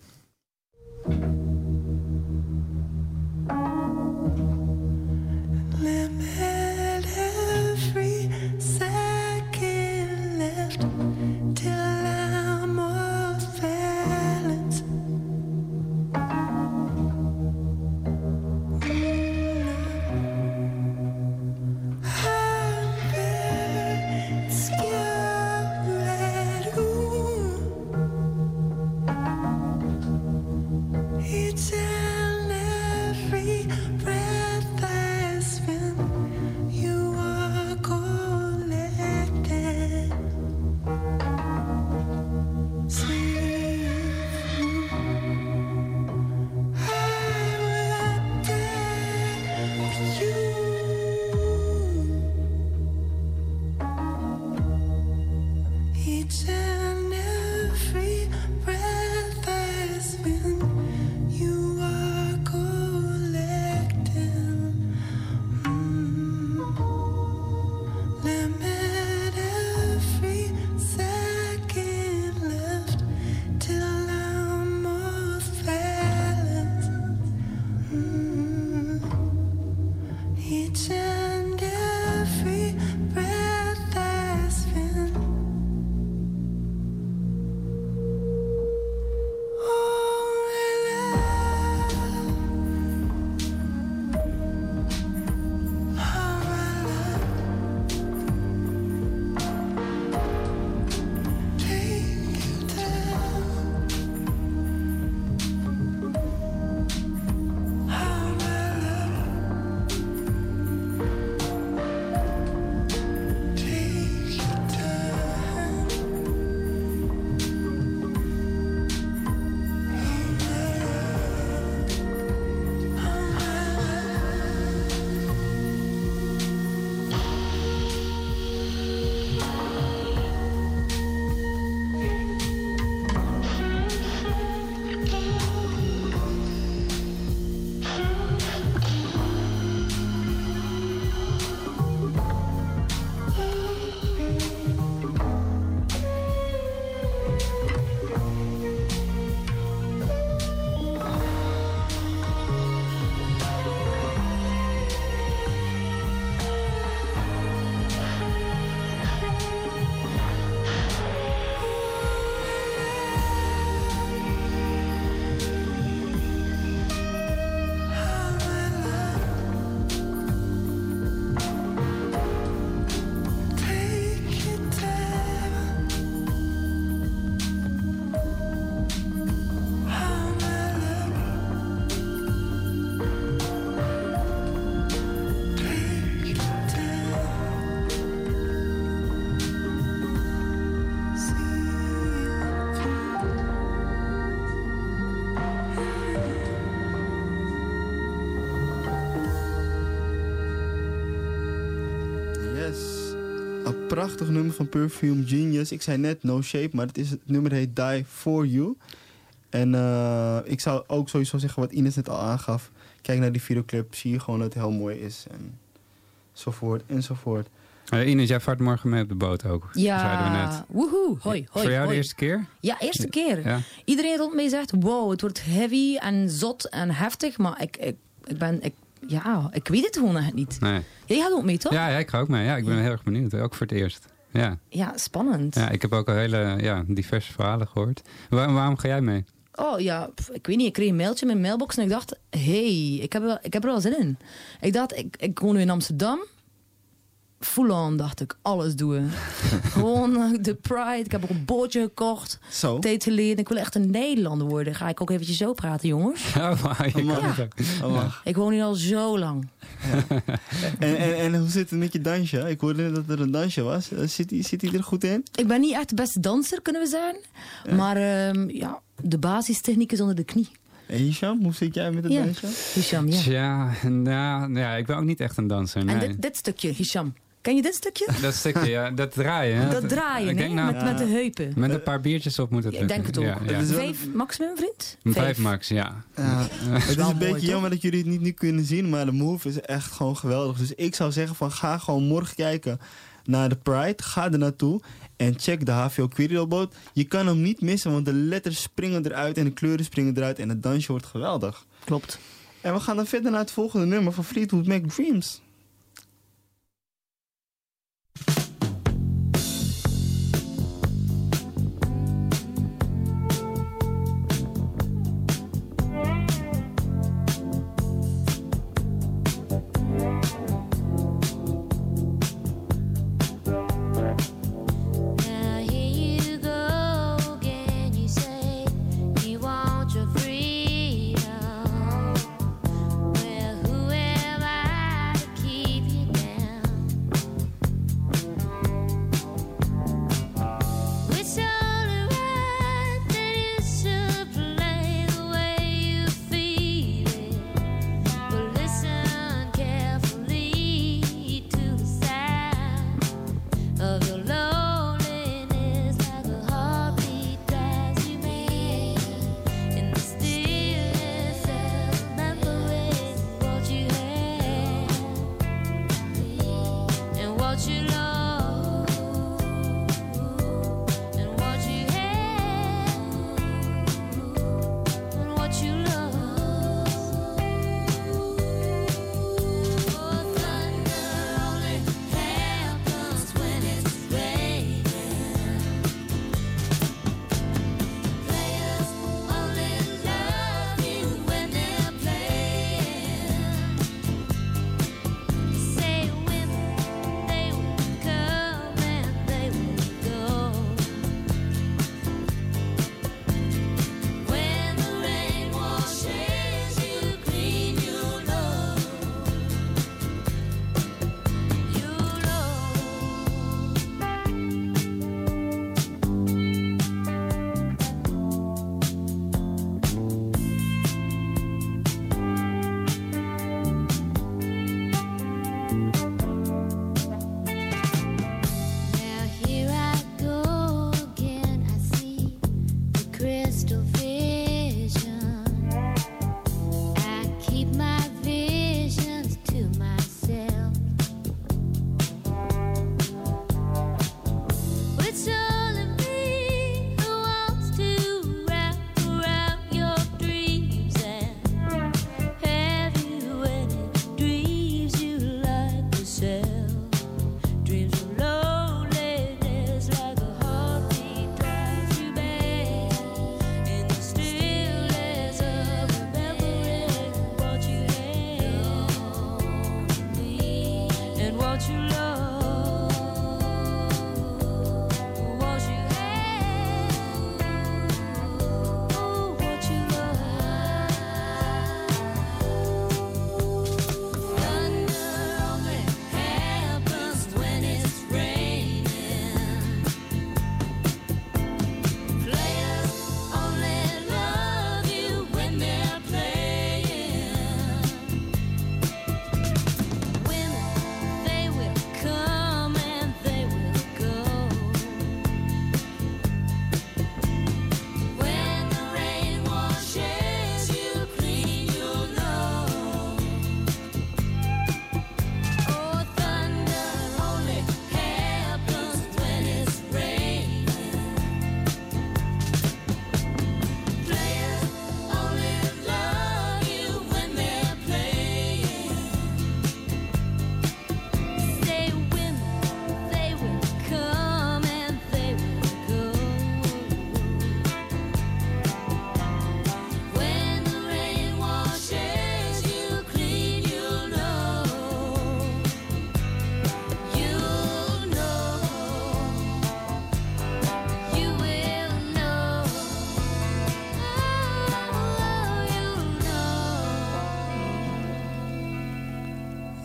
Limit every second left till I'm off balance. I'm very scared. Ooh. Each and every breath I spend, you are collected. Sweet, I would die for you. Each and every breath I spend, you are collecting. Mm. Limit every second left till I'm off balance. Mm. Each and every breath I spend. prachtig nummer van Perfume Genius. Ik zei net No Shape, maar het, is, het nummer heet Die For You. En uh, ik zou ook sowieso zeggen wat Ines net al aangaf. Kijk naar die videoclip, zie je gewoon dat het heel mooi is. En enzovoort, enzovoort. Uh, Ines, jij vaart morgen mee op de boot ook. Ja, zeiden we net. woehoe, hoi, hoi. Voor jou hoi. de eerste keer? Ja, eerste keer. Ja. Iedereen rond mij zegt, wow, het wordt heavy en zot en heftig. Maar ik, ik, ik ben, ik, ja, ik weet het gewoon echt niet. Nee. Jij gaat ook mee, toch? Ja, ja, ik ga ook mee. Ja, ik ben heel erg benieuwd. Ook voor het eerst. Ja, Ja, spannend. ja ik heb ook al hele ja, diverse verhalen gehoord. Waar, waarom ga jij mee? Oh ja, pff, ik weet niet. Ik kreeg een mailtje in mijn mailbox en ik dacht, hey, ik heb, er wel, ik heb er wel zin in. Ik dacht, ik, ik woon nu in Amsterdam. Full on, dacht ik, alles doen. Gewoon uh, de Pride. Ik heb ook een bootje gekocht. Zo. Een tijd geleden. Ik wil echt een Nederlander worden. Ga ik ook eventjes zo praten, jongens. Oh, maar je kan mag. het ook. Oh, wacht. Ik woon hier al zo lang. en, en, en hoe zit het met je dansje? Ik hoorde net dat er een dansje was. Uh, Zit hij zit die er goed in? Ik ben niet echt de beste danser, kunnen we zijn. Ja. Maar um, ja, de basistechniek is onder de knie. En Hisham, hoe zit jij met het Ja. dansje? Hisham, ja. Ja, nou, ja, ik ben ook niet echt een danser. Nee. En dit, dit stukje, Hisham. Ken je dit stukje? Dat stukje, ja, dat draaien. Hè? Dat draaien, ik hè? denk nou, met, met de heupen. Met een paar biertjes op moet het Ik lukken. denk het ook. Ja, ja. Het is wel- Vijf maximum, vriend? Vijf max, ja. Ja. Het is wel een beetje mooi, toch? jammer dat jullie het niet nu kunnen zien, maar de move is echt gewoon geweldig. Dus ik zou zeggen van ga gewoon morgen kijken naar de Pride. Ga er naartoe en check de H V O Querido-boot. Je kan hem niet missen, want de letters springen eruit en de kleuren springen eruit en het dansje wordt geweldig. Klopt. En we gaan dan verder naar het volgende nummer van Fleetwood Mac, Dreams. Now here you go again. You say you want your freedom. Well, who am I to keep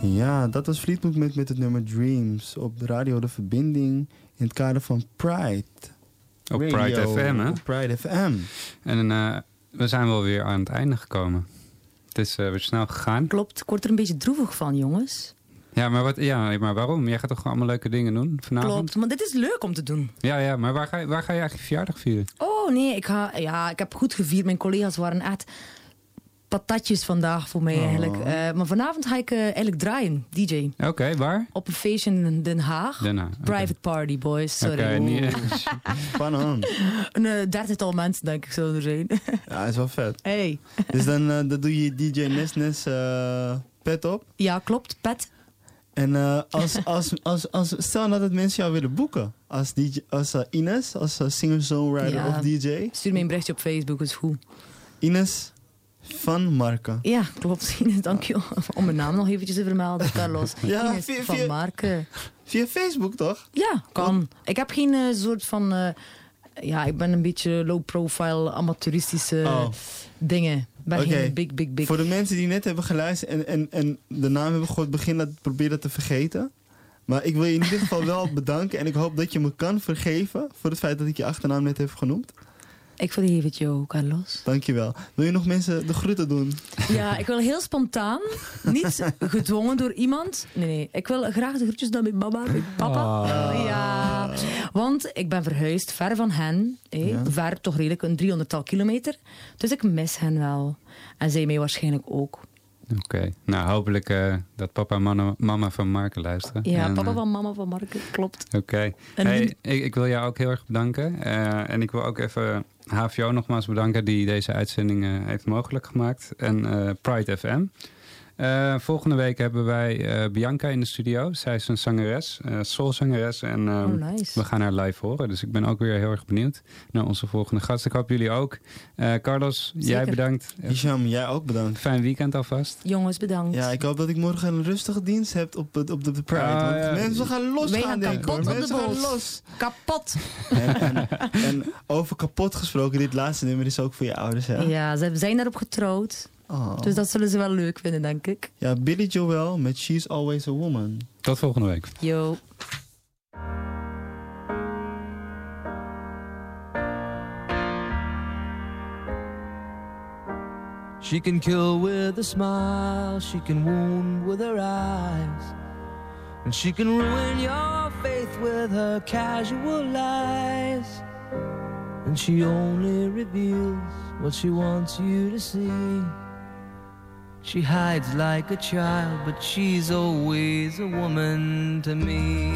Ja, dat was Fleetwood Mac met het nummer Dreams op de radio De Verbinding in het kader van Pride. Op Radio, Pride F M, hè? Op Pride F M. En uh, we zijn wel weer aan het einde gekomen. Het is uh, weer snel gegaan. Klopt, ik word er een beetje droevig van, jongens. Ja, maar, wat, ja, maar waarom? Jij gaat toch allemaal leuke dingen doen vanavond? Klopt, maar dit is leuk om te doen. Ja, ja, maar waar ga je, waar ga je eigenlijk je verjaardag vieren? Oh nee, ik, ga, ja, ik heb goed gevierd. Mijn collega's waren echt patatjes vandaag voor mij Oh. eigenlijk. Uh, maar vanavond ga ik uh, eigenlijk draaien, D J. Oké, okay, waar? Op een feestje in Den Haag. Den Haag. Okay. Private party, boys. Sorry. Okay, niet... Spannend. Een uh, dertigtal mensen, denk ik, zullen er zijn. Ja, is wel vet. Hey. Dus dan, uh, dan doe je D J Nesnes uh, pet op. Ja, klopt, pet. En uh, als, als, als, als, stel nou dat mensen jou willen boeken. Als, D J, als uh, Ines, als uh, singer-songwriter Ja. of D J. Stuur me een berichtje op Facebook, is goed. Ines van Marken. Ja, klopt. Ines, dank je om mijn naam nog eventjes te vermelden, Carlos. Ja, Ines via- van via- Marken. Via Facebook toch? Ja, kan. Ik heb geen uh, soort van... Uh, ja, ik ben een beetje low-profile, amateuristische Oh. dingen. Ik ben Oké. geen big, big, big. Voor de mensen die net hebben geluisterd en, en, en de naam hebben gehoord, begin dat, probeer dat te vergeten. Maar ik wil je in ieder geval wel bedanken en ik hoop dat je me kan vergeven voor het feit dat ik je achternaam net heb genoemd. Ik vergeef het jou, Carlos. Dankjewel. Wil je nog mensen de groeten doen? Ja, ik wil heel spontaan, niet gedwongen door iemand. Nee, nee. Ik wil graag de groetjes naar mijn mama, mijn papa. Oh. Ja, want ik ben verhuisd ver van hen. Eh, Ja. Ver, toch redelijk een driehonderdtal kilometer. Dus ik mis hen wel. En zij mij waarschijnlijk ook. Oké, okay. Nou hopelijk uh, dat papa en mama, mama van Marken luisteren. Ja, en, papa uh, van mama van Marken, klopt. Oké. Okay. En Hey, die- ik, ik wil jou ook heel erg bedanken. Uh, en ik wil ook even H V O nogmaals bedanken die deze uitzending uh, heeft mogelijk gemaakt. En uh, Pride F M. Uh, volgende week hebben wij uh, Bianca in de studio. Zij is een zangeres, uh, soulzangeres. En uh, Oh, nice. we gaan haar live horen. Dus ik ben ook weer heel erg benieuwd naar onze volgende gast. Ik hoop jullie ook. Uh, Carlos, Zeker. jij bedankt. Hisham, jij ook bedankt. Fijn weekend alvast. Jongens, bedankt. Ja, ik hoop dat ik morgen een rustige dienst heb op, op de, de Pride. Ah, want ja. mensen gaan los Wij gaan, gaan denk ik, kapot hoor. op de Mensen gaan boot. los. Kapot. En, en, en over kapot gesproken, dit laatste nummer is ook voor je ouders, hè? Ja, ze zijn daarop getrouwd. Oh. Dus dat zullen ze wel leuk vinden, denk ik. Ja, Billy Joel met She's Always a Woman. Tot volgende week. Yo. She can kill with a smile, she can wound with her eyes, and she can ruin your faith with her casual lies. And she only reveals what she wants you to see. She hides like a child, but she's always a woman to me.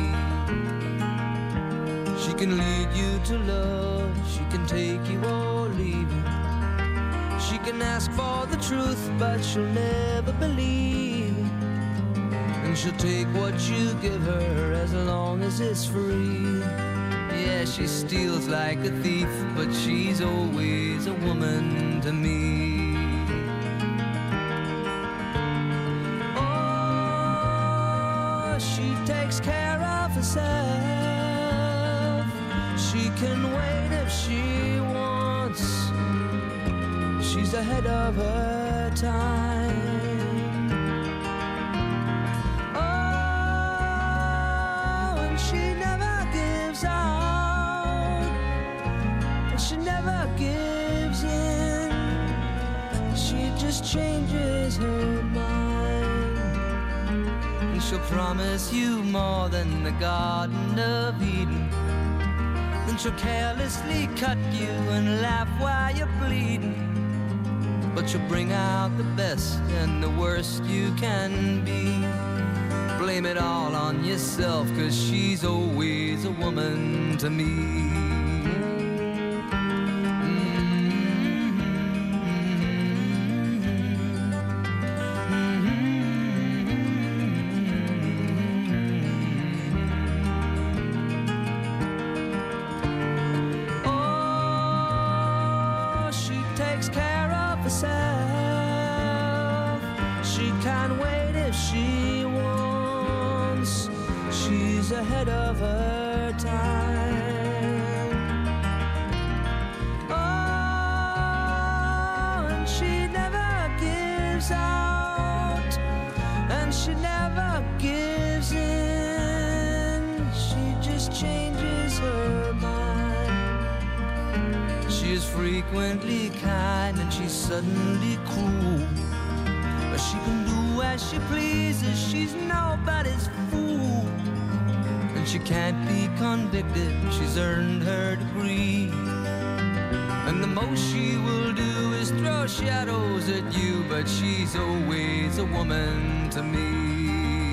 She can lead you to love, she can take you or leave you. She can ask for the truth, but she'll never believe. And she'll take what you give her as long as it's free. Yeah, she steals like a thief, but she's always a woman to me. Oh, she takes care of herself. She can wait if she wants. She's ahead of her time. Oh, and she never gives out. And she never gives in. She just changes her mind. And she'll promise you more than the Garden of Eden. Then she'll carelessly cut you and laugh while you're bleeding. But she'll bring out the best and the worst you can be. Blame it all on yourself, 'cause she's always a woman to me. Oh, she takes care of herself. She can wait if she wants. She's ahead of her time. Oh, and she never gives out, and she never She is frequently kind and she's suddenly cruel. But she can do as she pleases, she's nobody's fool. And she can't be convicted, she's earned her degree. And the most she will do is throw shadows at you, but she's always a woman to me.